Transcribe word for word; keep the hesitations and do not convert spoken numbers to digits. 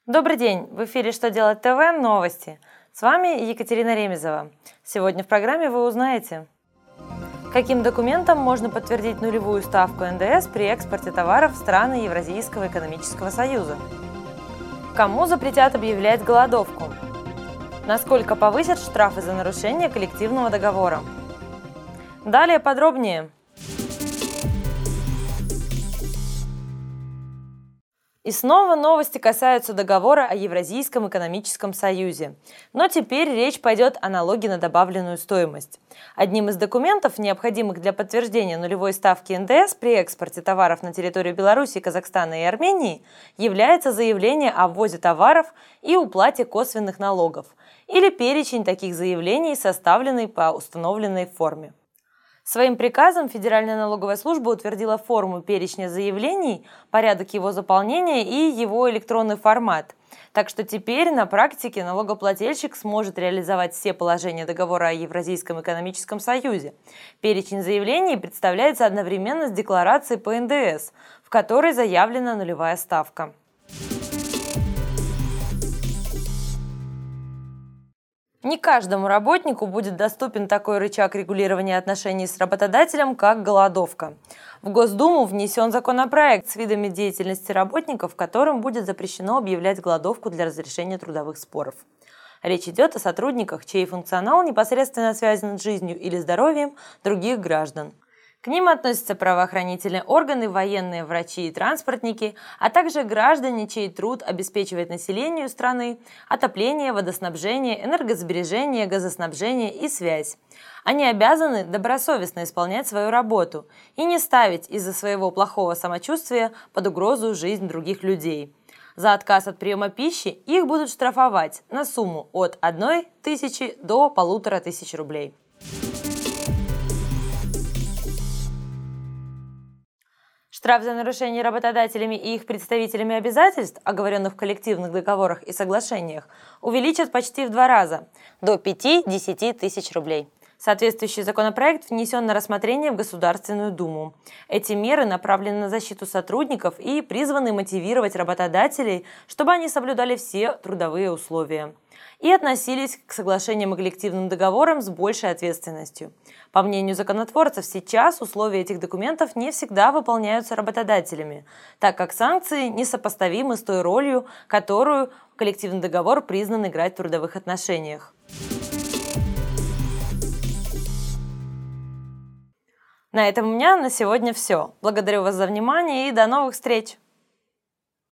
Добрый день! В эфире «Что делать ТВ» новости. С вами Екатерина Ремезова. Сегодня в программе вы узнаете, каким документом можно подтвердить нулевую ставку эн дэ эс при экспорте товаров в страны Евразийского экономического союза, кому запретят объявлять голодовку, насколько повысят штрафы за нарушение коллективного договора. Далее подробнее. И снова новости касаются договора о Евразийском экономическом союзе. Но теперь речь пойдет о налоге на добавленную стоимость. Одним из документов, необходимых для подтверждения нулевой ставки эн дэ эс при экспорте товаров на территорию Беларуси, Казахстана и Армении, является заявление о ввозе товаров и уплате косвенных налогов, или перечень таких заявлений, составленный по установленной форме. Своим приказом Федеральная налоговая служба утвердила форму перечня заявлений, порядок его заполнения и его электронный формат. Так что теперь на практике налогоплательщик сможет реализовать все положения договора о Евразийском экономическом союзе. Перечень заявлений представляется одновременно с декларацией по эн дэ эс, в которой заявлена нулевая ставка. Не каждому работнику будет доступен такой рычаг регулирования отношений с работодателем, как голодовка. В Госдуму внесен законопроект с видами деятельности работников, которым будет запрещено объявлять голодовку для разрешения трудовых споров. Речь идет о сотрудниках, чей функционал непосредственно связан с жизнью или здоровьем других граждан. К ним относятся правоохранительные органы, военные, врачи и транспортники, а также граждане, чей труд обеспечивает населению страны отопление, водоснабжение, энергосбережение, газоснабжение и связь. Они обязаны добросовестно исполнять свою работу и не ставить из-за своего плохого самочувствия под угрозу жизнь других людей. За отказ от приема пищи их будут штрафовать на сумму от одной тысячи до полутора тысяч рублей. Штраф за нарушение работодателями и их представителями обязательств, оговоренных в коллективных договорах и соглашениях, увеличат почти в два раза – до пяти-десяти тысяч рублей. Соответствующий законопроект внесен на рассмотрение в Государственную Думу. Эти меры направлены на защиту сотрудников и призваны мотивировать работодателей, чтобы они соблюдали все трудовые условия и относились к соглашениям и коллективным договорам с большей ответственностью. По мнению законотворцев, сейчас условия этих документов не всегда выполняются работодателями, так как санкции несопоставимы с той ролью, которую коллективный договор признан играть в трудовых отношениях. На этом у меня на сегодня все. Благодарю вас за внимание и до новых встреч!